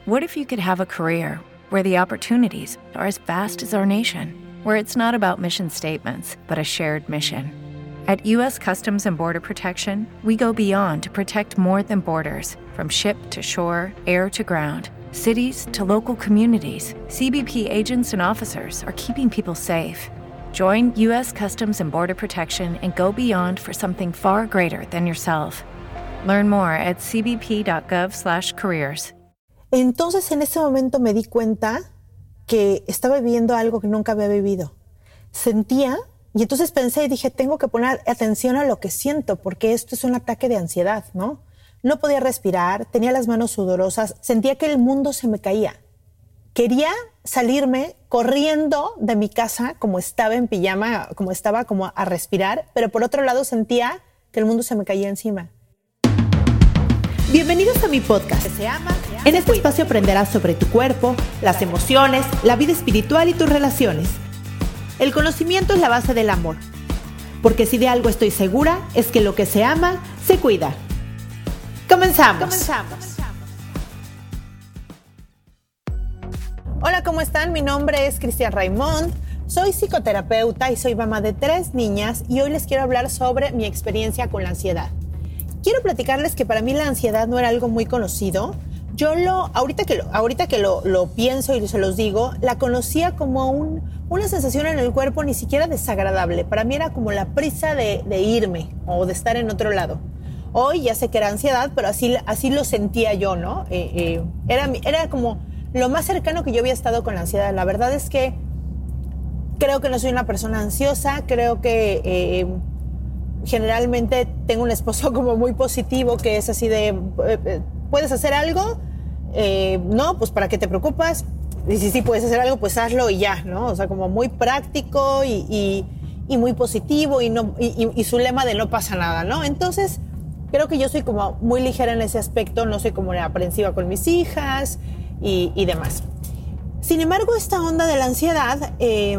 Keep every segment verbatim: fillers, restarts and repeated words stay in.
What if you could have a career where the opportunities are as vast as our nation, where it's not about mission statements, but a shared mission? At U S Customs and Border Protection, we go beyond to protect more than borders. From ship to shore, air to ground, cities to local communities, C B P agents and officers are keeping people safe. Join U S Customs and Border Protection and go beyond for something far greater than yourself. Learn more at c b p dot gov slash careers. Entonces, en ese momento me di cuenta que estaba viviendo algo que nunca había vivido. Sentía, y entonces pensé y dije, tengo que poner atención a lo que siento, porque esto es un ataque de ansiedad, ¿no? No podía respirar, tenía las manos sudorosas, sentía que el mundo se me caía. Quería salirme corriendo de mi casa como estaba en pijama, como estaba como a respirar, pero por otro lado sentía que el mundo se me caía encima. Bienvenidos a mi podcast. Se ama, se ama, en este espacio aprenderás sobre tu cuerpo, las emociones, la vida espiritual y tus relaciones. El conocimiento es la base del amor. Porque si de algo estoy segura, es que lo que se ama, se cuida. Comenzamos. Comenzamos. Hola, ¿cómo están? Mi nombre es Cristian Raimond. Soy psicoterapeuta y soy mamá de tres niñas y hoy les quiero hablar sobre mi experiencia con la ansiedad. Quiero platicarles que para mí la ansiedad no era algo muy conocido. Yo lo, ahorita que, lo, ahorita que lo, lo pienso y se los digo, la conocía como un, una sensación en el cuerpo ni siquiera desagradable. Para mí era como la prisa de, de irme o de estar en otro lado. Hoy ya sé que era ansiedad, pero así, así lo sentía yo, ¿no? Eh, eh, era, era como lo más cercano que yo había estado con la ansiedad. La verdad es que creo que no soy una persona ansiosa, creo que... Eh, Generalmente tengo un esposo como muy positivo que es así de, eh, ¿puedes hacer algo? Eh, no, pues ¿para qué te preocupas? Y si sí puedes hacer algo, pues hazlo y ya, ¿no? O sea, como muy práctico y, y, y muy positivo y, no, y, y su lema de no pasa nada, ¿no? Entonces, creo que yo soy como muy ligera en ese aspecto, no soy como aprensiva con mis hijas y, y demás. Sin embargo, esta onda de la ansiedad... Eh,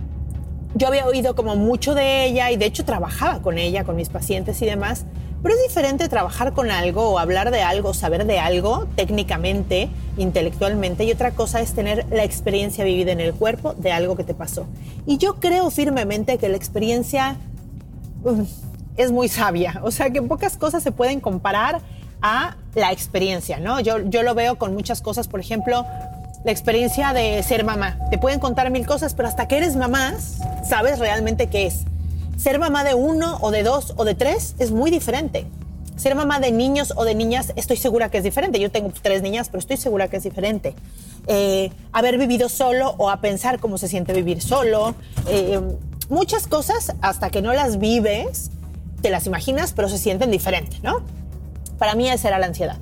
Yo había oído como mucho de ella y de hecho trabajaba con ella, con mis pacientes y demás, pero es diferente trabajar con algo o hablar de algo, saber de algo técnicamente, intelectualmente, y otra cosa es tener la experiencia vivida en el cuerpo de algo que te pasó. Y yo creo firmemente que la experiencia um, es muy sabia, o sea que pocas cosas se pueden comparar a la experiencia, ¿no? Yo, yo lo veo con muchas cosas, por ejemplo... La experiencia de ser mamá. Te pueden contar mil cosas, pero hasta que eres mamá, sabes realmente qué es. Ser mamá de uno o de dos o de tres es muy diferente. Ser mamá de niños o de niñas, estoy segura que es diferente. Yo tengo tres niñas, pero estoy segura que es diferente. Eh, haber vivido solo o a pensar cómo se siente vivir solo. Eh, muchas cosas, hasta que no las vives, te las imaginas, pero se sienten diferentes, ¿no? Para mí esa era la ansiedad.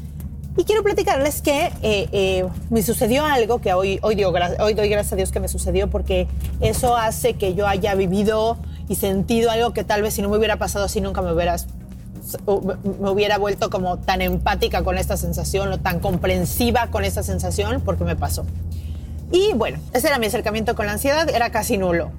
Y quiero platicarles que eh, eh, me sucedió algo que hoy, hoy, dio, hoy doy gracias a Dios que me sucedió, porque eso hace que yo haya vivido y sentido algo que tal vez si no me hubiera pasado así nunca me, hubieras, me hubiera vuelto como tan empática con esta sensación o tan comprensiva con esta sensación porque me pasó. Y bueno, ese era mi acercamiento con la ansiedad, era casi nulo.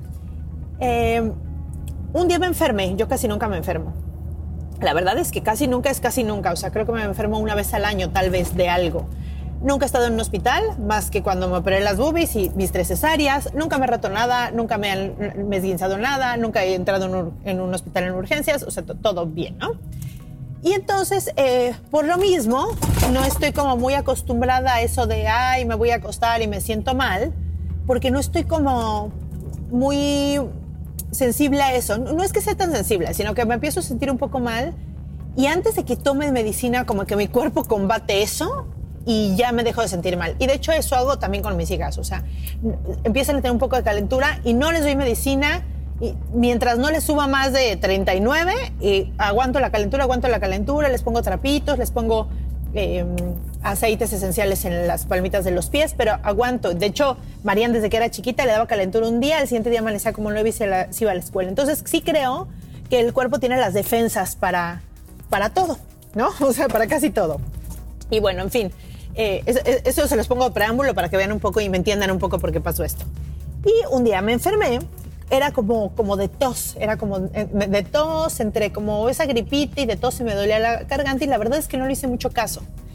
Eh, un día me enfermé, yo casi nunca me enfermo. La verdad es que casi nunca es casi nunca, o sea, creo que me enfermo una vez al año tal vez de algo. Nunca he estado en un hospital, más que cuando me operé las boobies y mis tres cesáreas. Nunca me he roto nada, nunca me han me he esguinzado nada, nunca he entrado en un, en un hospital en urgencias, o sea, t- todo bien, ¿no? Y entonces, eh, por lo mismo, no estoy como muy acostumbrada a eso de, ay, me voy a acostar y me siento mal, porque no estoy como muy... sensible a eso. No es que sea tan sensible, sino que me empiezo a sentir un poco mal y antes de que tome medicina como que mi cuerpo combate eso y ya me dejo de sentir mal. Y de hecho eso hago también con mis hijas, o sea, empiezan a tener un poco de calentura y no les doy medicina y mientras no les suba más de treinta y nueve y aguanto la calentura, aguanto la calentura, les pongo trapitos, les pongo eh, aceites esenciales en las palmitas de los pies, pero aguanto. De hecho, Marian desde que era chiquita le daba calentura un día, el siguiente día amanecía como nueve y se, la, se iba a la escuela. Entonces sí creo que el cuerpo tiene las defensas para, para todo, ¿no? O sea, para casi todo. Y bueno, en fin, eh, eso, eso se los pongo de preámbulo para que vean un poco y me entiendan un poco por qué pasó esto. Y un día me enfermé, era como, como de tos, era como de tos, entre como esa gripita y de tos y me dolía la garganta y la verdad es que no le hice mucho caso.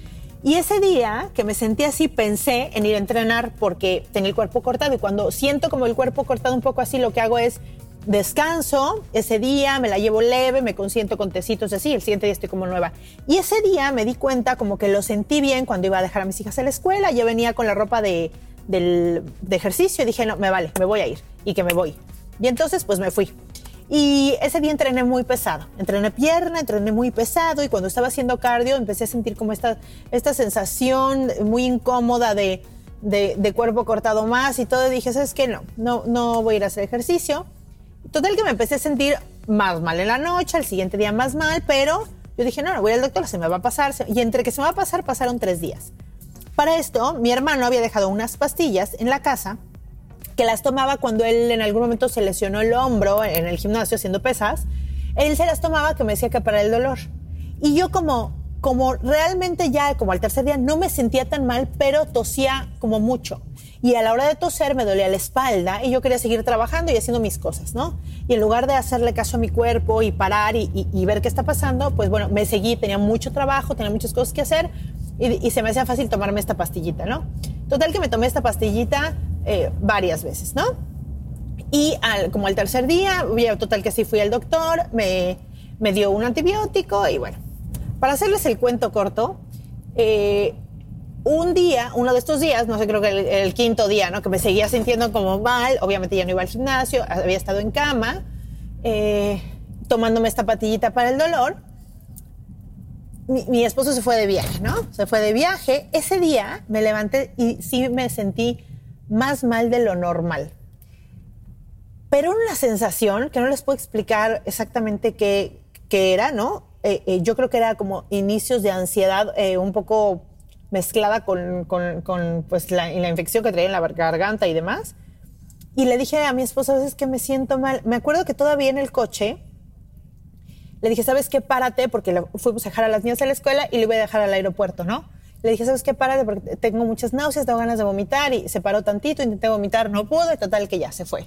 Y ese día que me sentí así, pensé en ir a entrenar porque tenía el cuerpo cortado. Y cuando siento como el cuerpo cortado un poco así, lo que hago es descanso ese día, me la llevo leve, me consiento con tecitos así, el siguiente día estoy como nueva. Y ese día me di cuenta como que lo sentí bien cuando iba a dejar a mis hijas a la escuela. Yo venía con la ropa de, del, de ejercicio y dije, no, me vale, me voy a ir y que me voy. Y entonces pues me fui. Y ese día entrené muy pesado, entrené pierna, entrené muy pesado y cuando estaba haciendo cardio empecé a sentir como esta, esta sensación muy incómoda de, de, de cuerpo cortado más y todo. Y dije, ¿sabes qué? No, no, no voy a ir a hacer ejercicio. Total que me empecé a sentir más mal en la noche, al siguiente día más mal, pero yo dije, no, no voy al doctor, se me va a pasar. Y entre que se me va a pasar, pasaron tres días. Para esto, mi hermano había dejado unas pastillas en la casa que las tomaba cuando él en algún momento se lesionó el hombro en el gimnasio haciendo pesas. Él se las tomaba, que me decía que para el dolor. Y yo como, como realmente ya, como al tercer día, no me sentía tan mal, pero tosía como mucho. Y a la hora de toser me dolía la espalda y yo quería seguir trabajando y haciendo mis cosas, ¿no? Y en lugar de hacerle caso a mi cuerpo y parar y, y, y ver qué está pasando, pues bueno, me seguí, tenía mucho trabajo, tenía muchas cosas que hacer y, y se me hacía fácil tomarme esta pastillita, ¿no? Total que me tomé esta pastillita eh, varias veces, ¿no? Y al, como al tercer día, total que sí fui al doctor, me, me dio un antibiótico y bueno, para hacerles el cuento corto, eh, un día, uno de estos días, no sé, creo que el, el quinto día, ¿no? Que me seguía sintiendo como mal, obviamente ya no iba al gimnasio, había estado en cama, eh, tomándome esta pastillita para el dolor. Mi, mi esposo se fue de viaje, ¿no? Se fue de viaje. Ese día me levanté y sí me sentí más mal de lo normal. Pero una sensación que no les puedo explicar exactamente qué, qué era, ¿no? Eh, eh, yo creo que era como inicios de ansiedad, eh, un poco mezclada con, con, con pues, la, la infección que traía en la garganta y demás. Y le dije a mi esposa, a veces que me siento mal. Me acuerdo que todavía en el coche le dije, ¿sabes qué? Párate, porque le fuimos a dejar a las niñas a la escuela y le voy a dejar al aeropuerto, ¿no? Le dije, ¿sabes qué? Párate, porque tengo muchas náuseas, tengo ganas de vomitar. Y se paró tantito, intenté vomitar, no pudo, y total que ya se fue.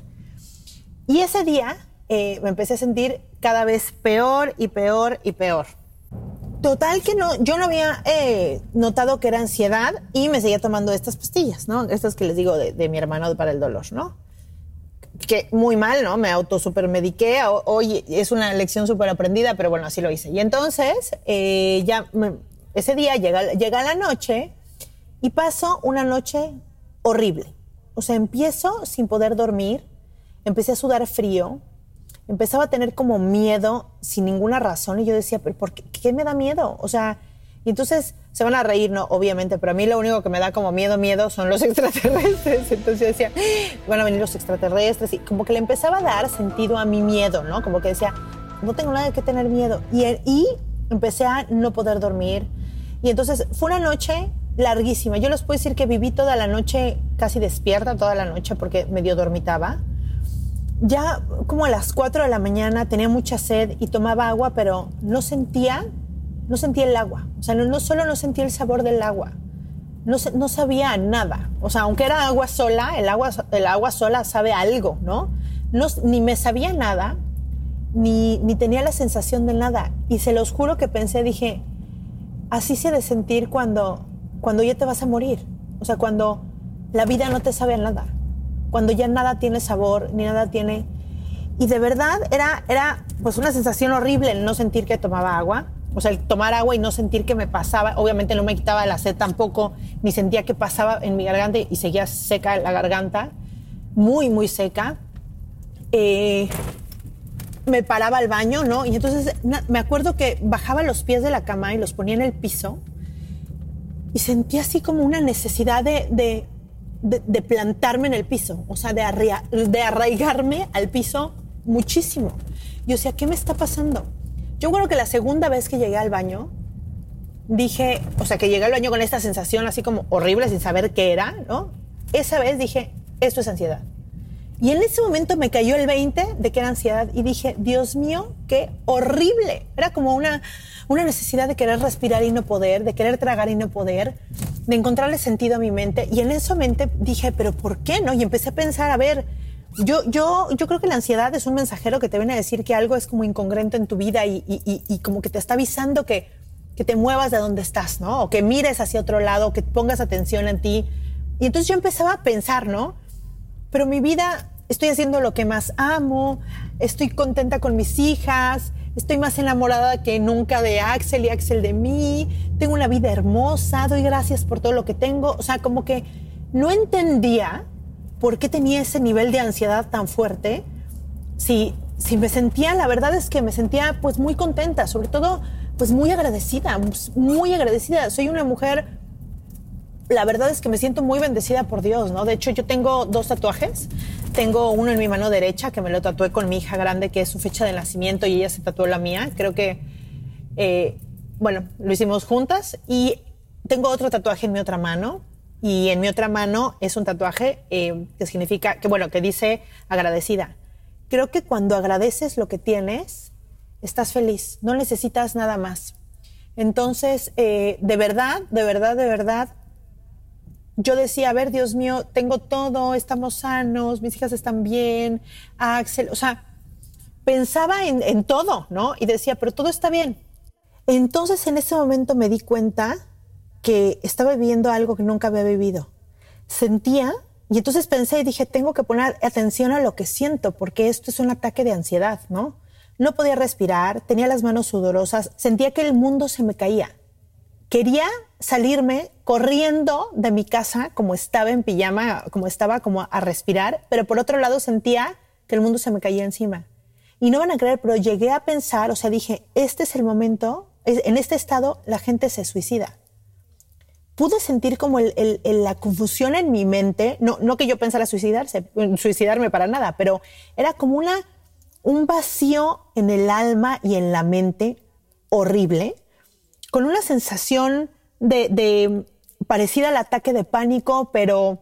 Y ese día eh, me empecé a sentir cada vez peor y peor y peor. Total que no, yo no había eh, notado que era ansiedad y me seguía tomando estas pastillas, ¿no? Estas que les digo de, de mi hermano para el dolor, ¿no? Que muy mal, ¿no? Me autosupermediqué. Hoy es una lección súper aprendida, pero bueno, así lo hice. Y entonces, eh, ya me, ese día llega, llega la noche y paso una noche horrible. O sea, empiezo sin poder dormir, empecé a sudar frío, empezaba a tener como miedo sin ninguna razón y yo decía, ¿pero por qué, qué me da miedo? O sea, y entonces se van a reír, ¿no? Obviamente, pero a mí lo único que me da como miedo, miedo son los extraterrestres. Entonces yo decía, van a venir los extraterrestres y como que le empezaba a dar sentido a mi miedo, ¿no? Como que decía, no tengo nada de qué tener miedo. Y, y empecé a no poder dormir. Y entonces fue una noche larguísima. Yo les puedo decir que viví toda la noche casi despierta, toda la noche porque medio dormitaba. Ya como a las cuatro de la mañana tenía mucha sed y tomaba agua, pero no sentía, no sentía el agua. O sea, no, no solo no sentía el sabor del agua, no, no sabía nada. O sea, aunque era agua sola, el agua, el agua sola sabe algo, ¿no? no ni me sabía nada, ni, ni tenía la sensación de nada. Y se los juro que pensé, dije, así se ha de sentir cuando, cuando ya te vas a morir. O sea, cuando la vida no te sabe a nada. Cuando ya nada tiene sabor, ni nada tiene... Y de verdad era, era pues una sensación horrible el no sentir que tomaba agua. O sea, el tomar agua y no sentir que me pasaba. Obviamente no me quitaba la sed tampoco, ni sentía que pasaba en mi garganta y seguía seca la garganta. Muy, muy seca. Eh, me paraba al baño, ¿no? Y entonces me acuerdo que bajaba los pies de la cama y los ponía en el piso y sentía así como una necesidad de... de De, de plantarme en el piso, o sea, de, arra de arraigarme al piso muchísimo. Yo decía, ¿qué me está pasando? Yo creo que la segunda vez que llegué al baño, dije, o sea, que llegué al baño con esta sensación así como horrible, sin saber qué era, ¿no? Esa vez dije, esto es ansiedad. Y en ese momento me cayó el veinte de que era ansiedad y dije, Dios mío, qué horrible. Era como una, una necesidad de querer respirar y no poder, de querer tragar y no poder, de encontrarle sentido a mi mente. Y en esa mente dije, ¿pero por qué no? Y empecé a pensar, a ver, yo, yo, yo creo que la ansiedad es un mensajero que te viene a decir que algo es como incongruente en tu vida y, y, y, y como que te está avisando que, que te muevas de donde estás, ¿no? O que mires hacia otro lado, que pongas atención en ti. Y entonces yo empezaba a pensar, ¿no? Pero mi vida, estoy haciendo lo que más amo, estoy contenta con mis hijas, estoy más enamorada que nunca de Axel y Axel de mí, tengo una vida hermosa, doy gracias por todo lo que tengo. O sea, como que no entendía por qué tenía ese nivel de ansiedad tan fuerte. Si, si me sentía, la verdad es que me sentía pues muy contenta, sobre todo pues muy agradecida, muy agradecida. Soy una mujer, la verdad es que me siento muy bendecida por Dios, ¿no? De hecho, yo tengo dos tatuajes. Tengo uno en mi mano derecha, que me lo tatué con mi hija grande, que es su fecha de nacimiento, y ella se tatuó la mía. Creo que, eh, bueno, lo hicimos juntas. Y tengo otro tatuaje en mi otra mano. Y en mi otra mano es un tatuaje eh, que significa, que bueno, que dice agradecida. Creo que cuando agradeces lo que tienes, estás feliz, no necesitas nada más. Entonces, eh, de verdad, de verdad, de verdad, yo decía, a ver, Dios mío, tengo todo, estamos sanos, mis hijas están bien, Axel, o sea, pensaba en, en todo, ¿no? Y decía, pero todo está bien. Entonces, en ese momento me di cuenta que estaba viviendo algo que nunca había vivido. Sentía, y entonces pensé y dije, tengo que poner atención a lo que siento, porque esto es un ataque de ansiedad, ¿no? No podía respirar, tenía las manos sudorosas, sentía que el mundo se me caía. Quería salirme corriendo de mi casa como estaba en pijama, como estaba como a respirar, pero por otro lado sentía que el mundo se me caía encima. Y no van a creer, pero llegué a pensar, o sea, dije, este es el momento, en este estado la gente se suicida. Pude sentir como el, el, el, la confusión en mi mente, no, no que yo pensara suicidarse, suicidarme para nada, pero era como una, un vacío en el alma y en la mente horrible, con una sensación de, de parecida al ataque de pánico, pero,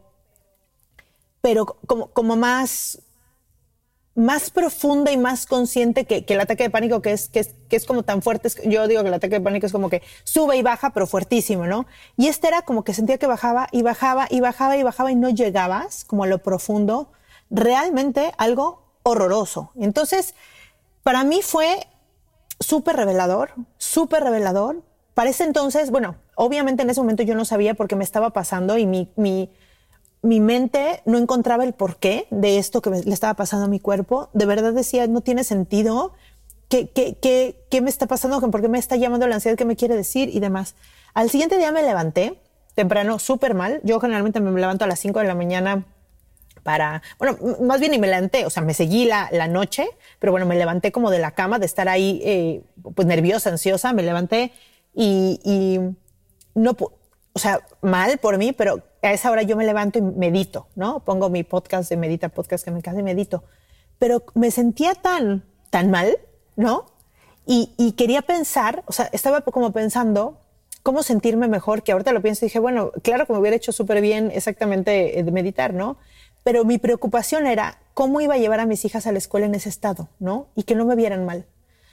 pero como, como más, más profunda y más consciente que, que el ataque de pánico, que es, que, es, que es como tan fuerte. Yo digo que el ataque de pánico es como que sube y baja, pero fuertísimo, ¿no? Y este era como que sentía que bajaba y bajaba y bajaba y bajaba y no llegabas como a lo profundo. Realmente algo horroroso. Entonces, para mí fue súper revelador, súper revelador. Para ese entonces, bueno, obviamente en ese momento yo no sabía por qué me estaba pasando y mi, mi, mi mente no encontraba el porqué de esto que me, le estaba pasando a mi cuerpo. De verdad decía, no tiene sentido. ¿Qué, qué, qué, qué me está pasando? ¿Por qué me está llamando la ansiedad? ¿Qué me quiere decir? Y demás. Al siguiente día me levanté temprano, súper mal. Yo generalmente me levanto a las cinco de la mañana para... Bueno, más bien ni me levanté, o sea, me seguí la, la noche, pero bueno, me levanté como de la cama, de estar ahí eh, pues nerviosa, ansiosa. Me levanté y, y no... O sea, mal por mí, pero a esa hora yo me levanto y medito, ¿no? Pongo mi podcast de Medita Podcast que me encanta y medito. Pero me sentía tan, tan mal, ¿no? Y, y quería pensar, o sea, estaba como pensando cómo sentirme mejor, que ahorita lo pienso y dije, bueno, claro que me hubiera hecho súper bien exactamente de meditar, ¿no? Pero mi preocupación era cómo iba a llevar a mis hijas a la escuela en ese estado, ¿no? Y que no me vieran mal.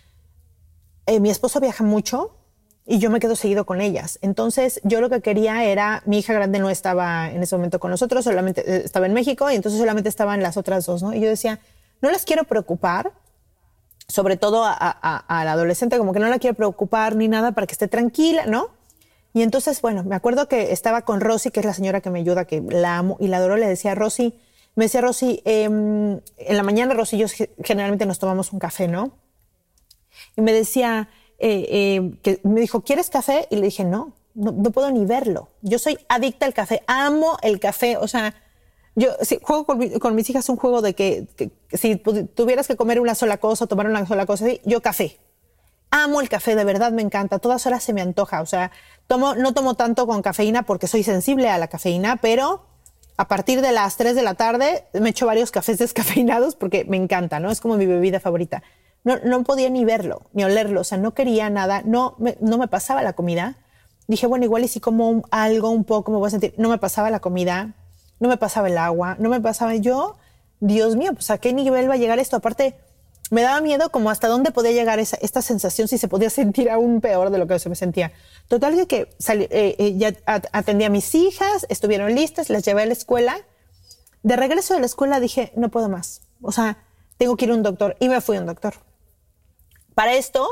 Eh, mi esposo viaja mucho y yo me quedo seguido con ellas. Entonces, yo lo que quería era... Mi hija grande no estaba en ese momento con nosotros, solamente eh, estaba en México, y entonces solamente estaban las otras dos, ¿no? Y yo decía, no las quiero preocupar, sobre todo a, a, a la adolescente, como que no la quiero preocupar ni nada para que esté tranquila, ¿no? Y entonces, bueno, me acuerdo que estaba con Rosy, que es la señora que me ayuda, que la amo y la adoro. Le decía a Rosy, me decía Rosy, eh, en la mañana Rosy y yo generalmente nos tomamos un café, ¿no? Y me decía... Eh, eh, que me dijo, ¿quieres café? Y le dije, no, no, no puedo ni verlo. Yo soy adicta al café, amo el café. O sea, yo si, juego con, mi, con mis hijas un juego de que, que, que si tuvieras que comer una sola cosa, tomar una sola cosa, yo café. Amo el café, de verdad me encanta. A todas horas se me antoja. O sea, tomo, no tomo tanto con cafeína porque soy sensible a la cafeína, pero a partir de las tres de la tarde me echo varios cafés descafeinados porque me encanta, ¿no? Es como mi bebida favorita. No, no podía ni verlo, ni olerlo, o sea, no quería nada, no me, no me pasaba la comida. Dije, bueno, igual y si como un, algo un poco me voy a sentir. No me pasaba la comida, no me pasaba el agua, no me pasaba yo. Dios mío, pues ¿a qué nivel va a llegar esto? Aparte, me daba miedo como hasta dónde podía llegar esa, esta sensación, si se podía sentir aún peor de lo que se me sentía. Total que, que salí, eh, eh, ya atendí a mis hijas, estuvieron listas, las llevé a la escuela. De regreso de la escuela dije, no puedo más. O sea, tengo que ir a un doctor. Y me fui a un doctor. Para esto,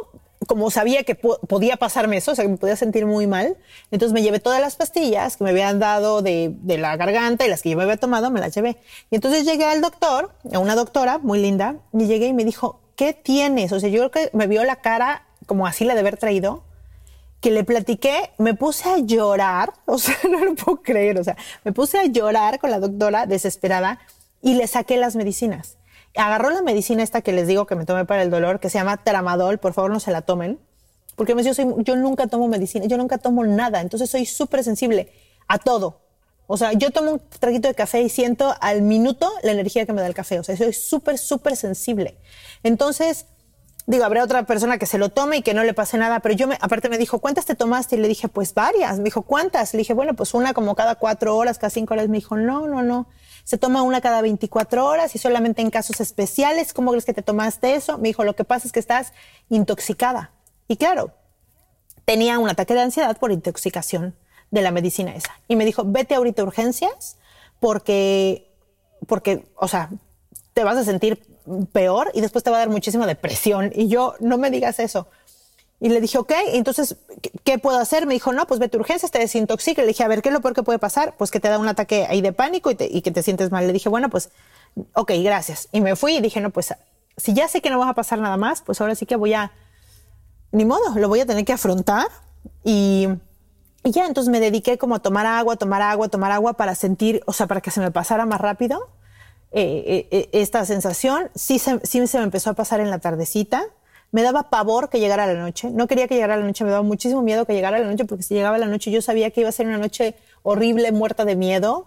como sabía que po- podía pasarme eso, o sea, que me podía sentir muy mal, entonces me llevé todas las pastillas que me habían dado de, de la garganta y las que yo me había tomado, me las llevé. Y entonces llegué al doctor, a una doctora muy linda, y llegué y me dijo, ¿qué tienes? O sea, yo creo que me vio la cara como así la de haber traído, que le platiqué, me puse a llorar, o sea, no lo puedo creer, o sea, me puse a llorar con la doctora desesperada y le saqué las medicinas. Agarró la medicina esta que les digo que me tomé para el dolor, que se llama Tramadol, por favor no se la tomen, porque yo, soy, yo nunca tomo medicina, yo nunca tomo nada, entonces soy súper sensible a todo. O sea, yo tomo un traguito de café y siento al minuto la energía que me da el café, o sea, soy súper, súper sensible. Entonces, digo, habrá otra persona que se lo tome y que no le pase nada, pero yo, me, aparte me dijo, ¿cuántas te tomaste? Y le dije, pues varias. Me dijo, ¿cuántas? Le dije, bueno, pues una como cada cuatro horas, cada cinco horas. Me dijo, no, no, no. Se toma una cada veinticuatro horas y solamente en casos especiales. ¿Cómo crees que te tomaste eso? Me dijo, lo que pasa es que estás intoxicada. Y claro, tenía un ataque de ansiedad por intoxicación de la medicina esa. Y me dijo, vete ahorita a urgencias porque, porque, o sea, te vas a sentir peor y después te va a dar muchísima depresión. Y yo, no me digas eso. Y le dije, ok, entonces, ¿qué, qué puedo hacer? Me dijo, no, pues vete a urgencias, te desintoxica. Le dije, a ver, ¿qué es lo peor que puede pasar? Pues que te da un ataque ahí de pánico y, te, y que te sientes mal. Le dije, bueno, pues, ok, gracias. Y me fui y dije, no, pues, si ya sé que no va a pasar nada más, pues ahora sí que voy a, ni modo, lo voy a tener que afrontar. Y, y ya, entonces me dediqué como a tomar agua, tomar agua, tomar agua para sentir, o sea, para que se me pasara más rápido. Eh, eh, esta sensación sí se, sí se me empezó a pasar en la tardecita. Me daba pavor que llegara la noche. No quería que llegara la noche, me daba muchísimo miedo que llegara la noche, porque si llegaba la noche yo sabía que iba a ser una noche horrible, muerta de miedo.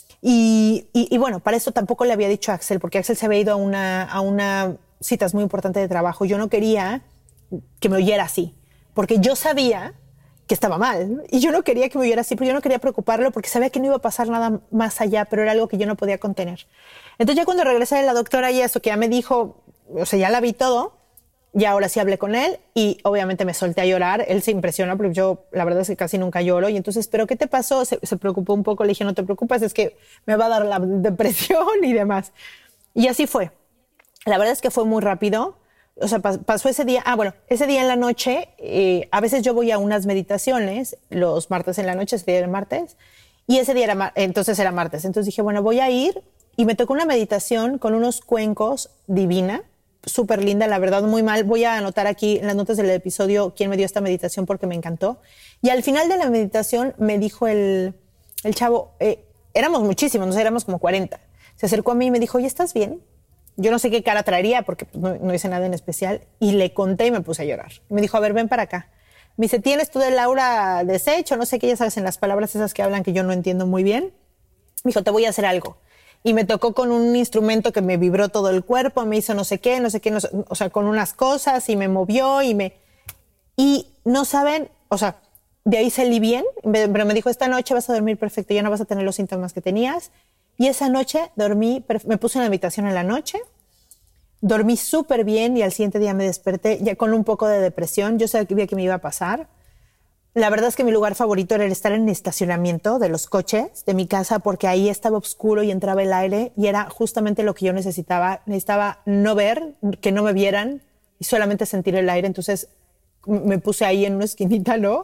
Y, y, y bueno, para eso tampoco le había dicho a Axel, porque Axel se había ido a una, a una citas muy importante de trabajo. Yo no quería que me oyera así, porque yo sabía que estaba mal. Y yo no quería que me oyera así, pero yo no quería preocuparlo porque sabía que no iba a pasar nada más allá, pero era algo que yo no podía contener. Entonces ya cuando regresé de la doctora y eso, que ya me dijo, o sea, ya la vi todo, ya ahora sí hablé con él y obviamente me solté a llorar. Él se impresionó porque yo la verdad es que casi nunca lloro. Y entonces, ¿pero qué te pasó? Se, se preocupó un poco. Le dije, no te preocupes, es que me va a dar la depresión y demás. Y así fue. La verdad es que fue muy rápido. O sea, pasó ese día. Ah, bueno, ese día en la noche, eh, a veces yo voy a unas meditaciones los martes en la noche, ese día era martes, y ese día era, entonces era martes. Entonces dije, bueno, voy a ir. Y me tocó una meditación con unos cuencos divina, súper linda, la verdad, muy mal. Voy a anotar aquí en las notas del episodio quién me dio esta meditación porque me encantó. Y al final de la meditación me dijo el, el chavo, eh, éramos muchísimos, no sé, éramos como cuarenta. Se acercó a mí y me dijo, ¿y estás bien? Yo no sé qué cara traería porque pues, no, no hice nada en especial. Y le conté y me puse a llorar. Me dijo, a ver, ven para acá. Me dice, ¿tienes tú del aura deshecho? No sé qué, ya sabes, en las palabras esas que hablan que yo no entiendo muy bien. Me dijo, te voy a hacer algo. Y me tocó con un instrumento que me vibró todo el cuerpo, me hizo no sé qué, no sé qué, no sé, o sea, con unas cosas y me movió y me... Y no saben, o sea, de ahí salí bien, pero me dijo, esta noche vas a dormir perfecto, ya no vas a tener los síntomas que tenías. Y esa noche dormí, me puse una habitación en la noche, dormí súper bien y al siguiente día me desperté ya con un poco de depresión. Yo sabía que me iba a pasar. La verdad es que mi lugar favorito era el estar en el estacionamiento de los coches de mi casa porque ahí estaba oscuro y entraba el aire y era justamente lo que yo necesitaba. Necesitaba no ver, que no me vieran y solamente sentir el aire. Entonces me puse ahí en una esquinita, ¿no?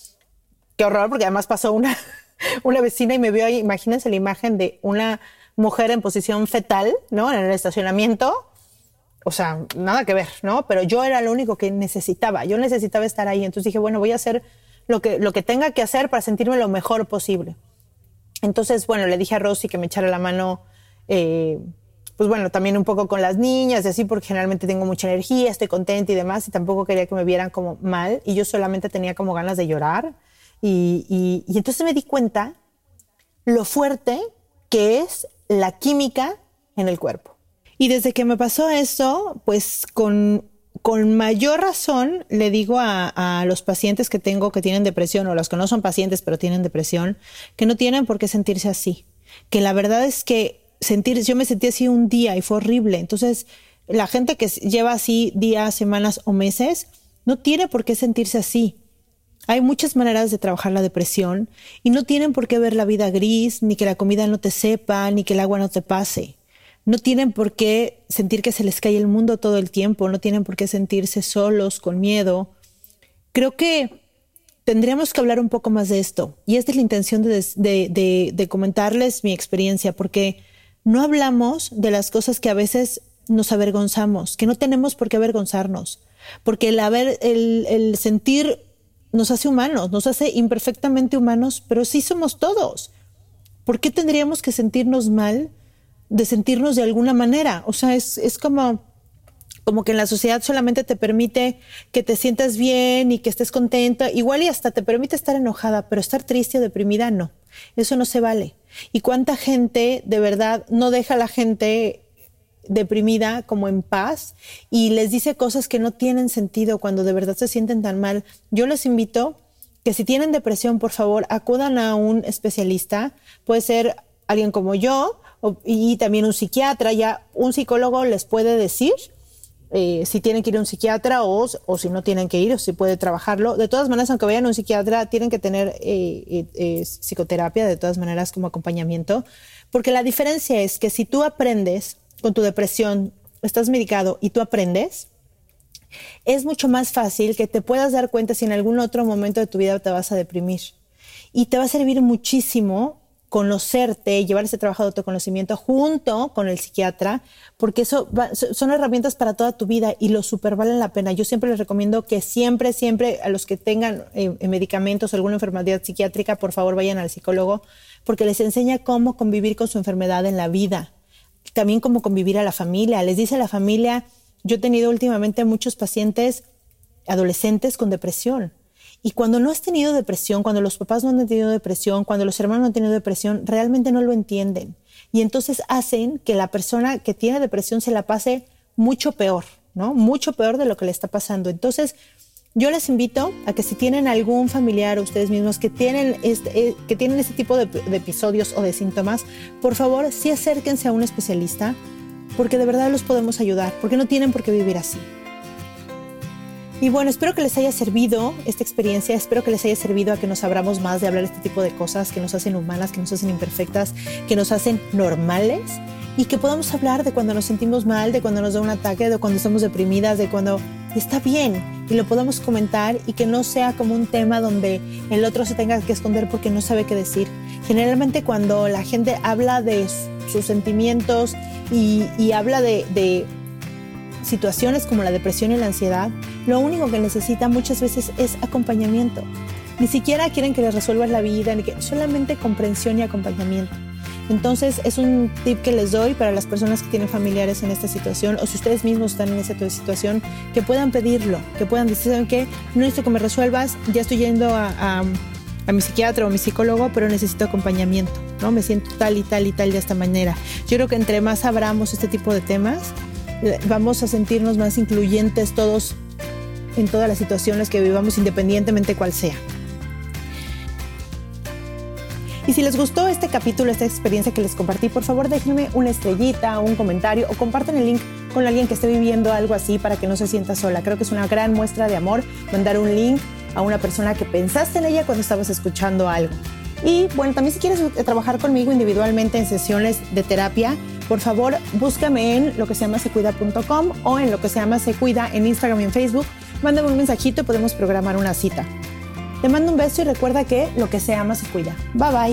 Qué horror, porque además pasó una, una vecina y me vio ahí. Imagínense la imagen de una mujer en posición fetal, ¿no? En el estacionamiento. O sea, nada que ver, ¿no? Pero yo era lo único que necesitaba. Yo necesitaba estar ahí. Entonces dije, bueno, voy a hacer lo que, lo que tenga que hacer para sentirme lo mejor posible. Entonces, bueno, le dije a Rosy que me echara la mano, eh, pues bueno, también un poco con las niñas y así, porque generalmente tengo mucha energía, estoy contenta y demás, y tampoco quería que me vieran como mal, y yo solamente tenía como ganas de llorar. Y, y, y entonces me di cuenta lo fuerte que es la química en el cuerpo. Y desde que me pasó eso, pues con, con mayor razón le digo a, a los pacientes que tengo que tienen depresión, o los que no son pacientes pero tienen depresión, que no tienen por qué sentirse así. Que la verdad es que sentir, yo me sentí así un día y fue horrible. Entonces, la gente que lleva así días, semanas o meses, no tiene por qué sentirse así. Hay muchas maneras de trabajar la depresión y no tienen por qué ver la vida gris, ni que la comida no te sepa, ni que el agua no te pase. No tienen por qué sentir que se les cae el mundo todo el tiempo, no tienen por qué sentirse solos, con miedo. creo que tendríamos que hablar un poco más de esto. Y esta es la intención de, de, de, de comentarles mi experiencia, porque no hablamos de las cosas que a veces nos avergonzamos, que no tenemos por qué avergonzarnos, porque el, haber, el, el sentir nos hace humanos, nos hace imperfectamente humanos, pero sí somos todos. ¿Por qué tendríamos que sentirnos mal de sentirnos de alguna manera? O sea, es, es como... como que en la sociedad solamente te permite que te sientas bien y que estés contenta, igual y hasta te permite estar enojada, pero estar triste o deprimida, no. Eso no se vale. ¿Y cuánta gente de verdad no deja a la gente deprimida como en paz y les dice cosas que no tienen sentido cuando de verdad se sienten tan mal? Yo les invito que si tienen depresión, por favor, acudan a un especialista. Puede ser alguien como yo o, y también un psiquiatra. Ya un psicólogo les puede decir Eh, si tienen que ir a un psiquiatra o, o si no tienen que ir o si puede trabajarlo. De todas maneras, aunque vayan a un psiquiatra, tienen que tener eh, eh, eh, psicoterapia de todas maneras como acompañamiento, porque la diferencia es que si tú aprendes con tu depresión, estás medicado y tú aprendes, es mucho más fácil que te puedas dar cuenta si en algún otro momento de tu vida te vas a deprimir. Y te va a servir muchísimo conocerte, llevar ese trabajo de autoconocimiento junto con el psiquiatra, porque eso va, son herramientas para toda tu vida y lo súper valen la pena. Yo siempre les recomiendo que siempre, siempre a los que tengan eh, medicamentos o alguna enfermedad psiquiátrica, por favor vayan al psicólogo, porque les enseña cómo convivir con su enfermedad en la vida, también cómo convivir a la familia. Les dice a la familia, yo he tenido últimamente muchos pacientes adolescentes con depresión. Y cuando no has tenido depresión, cuando los papás no han tenido depresión, cuando los hermanos no han tenido depresión, realmente no lo entienden. Y entonces hacen que la persona que tiene depresión se la pase mucho peor, ¿no? Mucho peor de lo que le está pasando. Entonces, yo les invito a que si tienen algún familiar o ustedes mismos que tienen este, que tienen este tipo de, de episodios o de síntomas, por favor, sí acérquense a un especialista, porque de verdad los podemos ayudar, porque no tienen por qué vivir así. Y bueno, espero que les haya servido esta experiencia, espero que les haya servido a que nos abramos más de hablar este tipo de cosas que nos hacen humanas, que nos hacen imperfectas, que nos hacen normales y que podamos hablar de cuando nos sentimos mal, de cuando nos da un ataque, de cuando estamos deprimidas, de cuando está bien y lo podamos comentar y que no sea como un tema donde el otro se tenga que esconder porque no sabe qué decir. Generalmente cuando la gente habla de sus sentimientos y, y habla de... de situaciones como la depresión y la ansiedad, lo único que necesita muchas veces es acompañamiento. Ni siquiera quieren que les resuelvas la vida, ni que, solamente comprensión y acompañamiento. Entonces es un tip que les doy para las personas que tienen familiares en esta situación, o si ustedes mismos están en esa situación, que puedan pedirlo, que puedan decir, ¿saben qué? No necesito que me resuelvas, ya estoy yendo a, a, a mi psiquiatra o a mi psicólogo, pero necesito acompañamiento, ¿no? Me siento tal y tal y tal de esta manera. Yo creo que entre más abramos este tipo de temas, vamos a sentirnos más incluyentes todos en todas las situaciones que vivamos, independientemente cuál sea. Y si les gustó este capítulo, esta experiencia que les compartí, por favor déjenme una estrellita, un comentario o compartan el link con alguien que esté viviendo algo así para que no se sienta sola. Creo que es una gran muestra de amor mandar un link a una persona que pensaste en ella cuando estabas escuchando algo. Y bueno, también si quieres trabajar conmigo individualmente en sesiones de terapia, por favor, búscame en lo que se llama secuida punto com o en lo que se llama Secuida en Instagram y en Facebook. Mándame un mensajito y podemos programar una cita. Te mando un beso y recuerda que lo que se ama se cuida. Bye bye.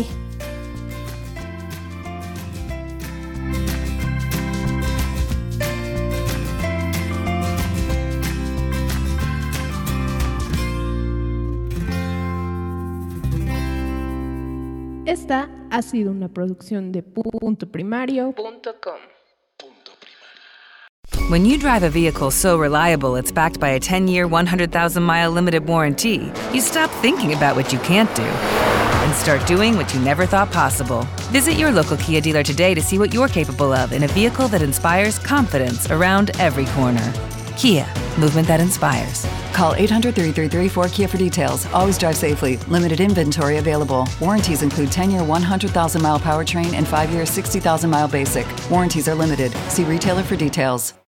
Esta ha sido una producción de punto primario punto com. When you drive a vehicle so reliable it's backed by a ten-year, one hundred thousand mile limited warranty, you stop thinking about what you can't do and start doing what you never thought possible. Visit your local Kia dealer today to see what you're capable of in a vehicle that inspires confidence around every corner. Kia, movement that inspires. Call eight hundred, three three three, four K I A for details. Always drive safely. Limited inventory available. Warranties include ten-year, one hundred thousand mile powertrain and five-year, sixty thousand mile basic. Warranties are limited. See retailer for details.